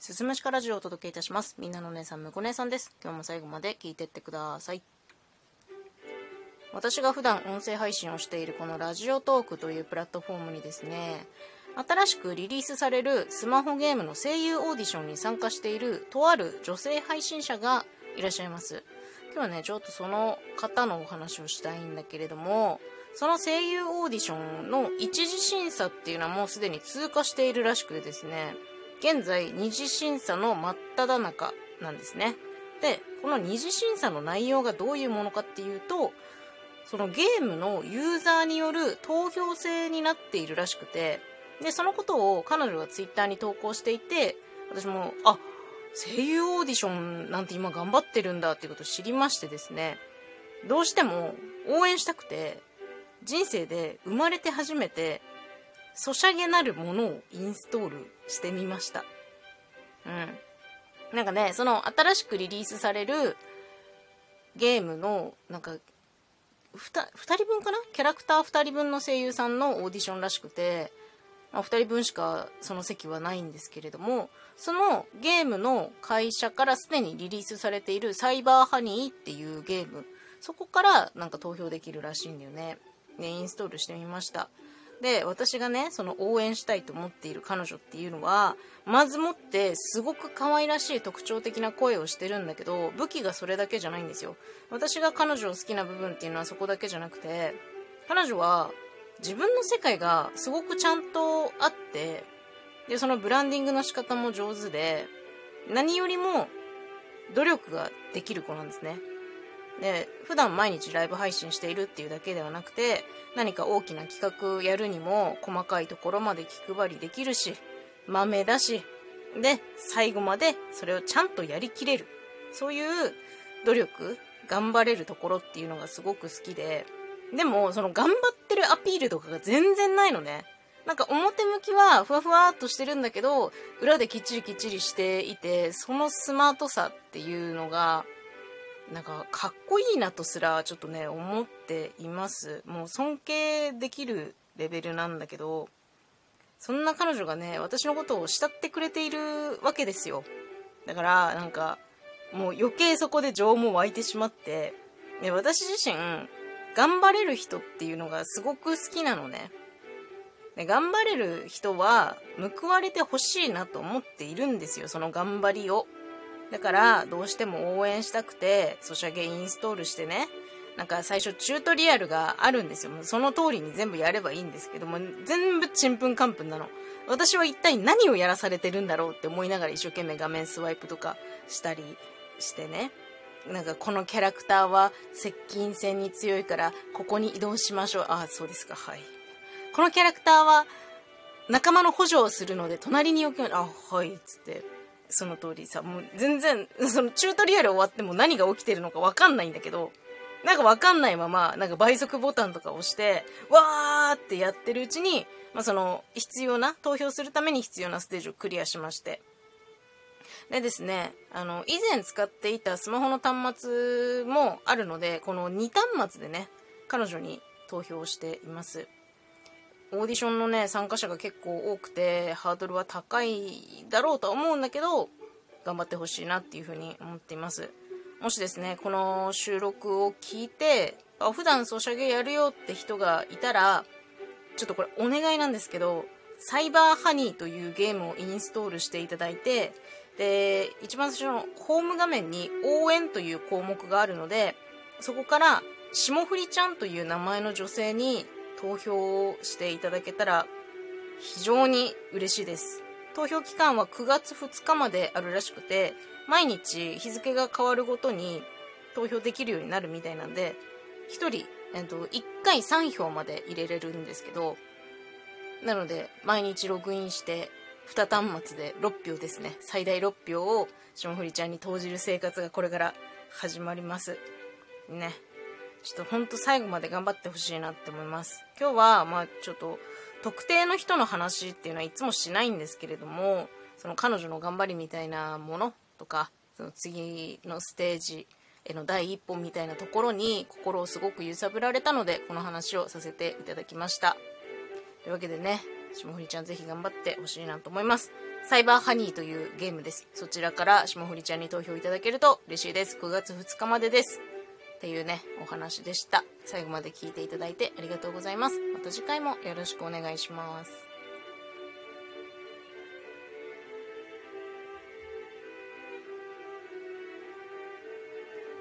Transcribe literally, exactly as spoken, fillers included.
すすむしかラジオをお届けいたします。みんなのお姉さん、むこ姉さんです。今日も最後まで聞いてってください。私が普段音声配信をしているこのラジオトークというプラットフォームにですね、新しくリリースされるスマホゲームの声優オーディションに参加しているとある女性配信者がいらっしゃいます。今日はね、ちょっとその方のお話をしたいんだけれども、その声優オーディションの一次審査っていうのはもうすでに通過しているらしくてですね、現在二次審査の真っ只中なんですね。で、この二次審査の内容がどういうものかっていうと、そのゲームのユーザーによる投票制になっているらしくて、で、そのことを彼女がツイッターに投稿していて、私も、あ、声優オーディションなんて今頑張ってるんだっていうことを知りましてですね、どうしても応援したくて、人生で生まれて初めてソシャゲなるものをインストールしてみました。うん。なんかね、その新しくリリースされるゲームの、なんか、ふたふたりぶんかなキャラクターふたりぶんの声優さんのオーディションらしくて、まあ、ふたりぶんしかその席はないんですけれども、そのゲームの会社からすでにリリースされているサイバーハニーっていうゲーム、そこからなんか投票できるらしいんだよね。ね、インストールしてみました。で、私がね、その応援したいと思っている彼女っていうのは、まずもってすごく可愛らしい特徴的な声をしてるんだけど、武器がそれだけじゃないんですよ。私が彼女を好きな部分っていうのはそこだけじゃなくて、彼女は自分の世界がすごくちゃんとあって、で、そのブランディングの仕方も上手で、何よりも努力ができる子なんですね。で、普段毎日ライブ配信しているっていうだけではなくて、何か大きな企画やるにも細かいところまで気配りできるし、豆だし、で、最後までそれをちゃんとやりきれる。そういう努力、頑張れるところっていうのがすごく好きで、でも、その頑張ってるアピールとかが全然ないのね。なんか表向きはふわふわっとしてるんだけど、裏できっちりきっちりしていて、そのスマートさっていうのが、なんかかっこいいなとすらちょっとね思っています。もう尊敬できるレベルなんだけど、そんな彼女がね私のことを慕ってくれているわけですよ。だからなんかもう余計そこで情も湧いてしまって、で私自身頑張れる人っていうのがすごく好きなのね。で頑張れる人は報われてほしいなと思っているんですよ、その頑張りを。だからどうしても応援したくてソシャゲインストールしてね、なんか最初チュートリアルがあるんですよ。その通りに全部やればいいんですけども、全部ちんぷんかんぷんなの。私は一体何をやらされてるんだろうって思いながら一生懸命画面スワイプとかしたりしてね、なんかこのキャラクターは接近戦に強いからここに移動しましょう。ああそうですか、はい。このキャラクターは仲間の補助をするので隣に置きましょう。あはいっつってその通りさ、もう全然そのチュートリアル終わっても何が起きてるのか分かんないんだけど、なんか分かんないままなんか倍速ボタンとか押してわーってやってるうちに、まあ、その必要な投票するために必要なステージをクリアしまして、でですね、あの以前使っていたスマホの端末もあるので、このに端末でね彼女に投票しています。オーディションのね参加者が結構多くてハードルは高いだろうとは思うんだけど、頑張ってほしいなっていうふうに思っています。もしですねこの収録を聞いて、あ普段ソシャゲやるよって人がいたら、ちょっとこれお願いなんですけど、サイバーハニーというゲームをインストールしていただいて、で一番最初のホーム画面に応援という項目があるので、そこから霜降りちゃんという名前の女性に投票をしていただけたら非常に嬉しいです。投票期間はくがつふつかまであるらしくて、毎日日付が変わるごとに投票できるようになるみたいなんで、ひとり、えっと、いっかいさん票まで入れれるんですけど、なので毎日ログインしてに端末でろっぴょうですね、最大ろっぴょうを霜降りちゃんに投じる生活がこれから始まりますね。ちょっとほんと最後まで頑張ってほしいなって思います。今日はまあちょっと特定の人の話っていうのはいつもしないんですけれども、その彼女の頑張りみたいなものとか、その次のステージへの第一歩みたいなところに心をすごく揺さぶられたので、この話をさせていただきました。というわけでね、霜降りちゃんぜひ頑張ってほしいなと思います。 サイバーハニーというゲームです。そちらから霜降りちゃんに投票いただけると嬉しいです。くがつふつかまでです。っていうね、お話でした。最後まで聞いていただいてありがとうございます。また次回もよろしくお願いします。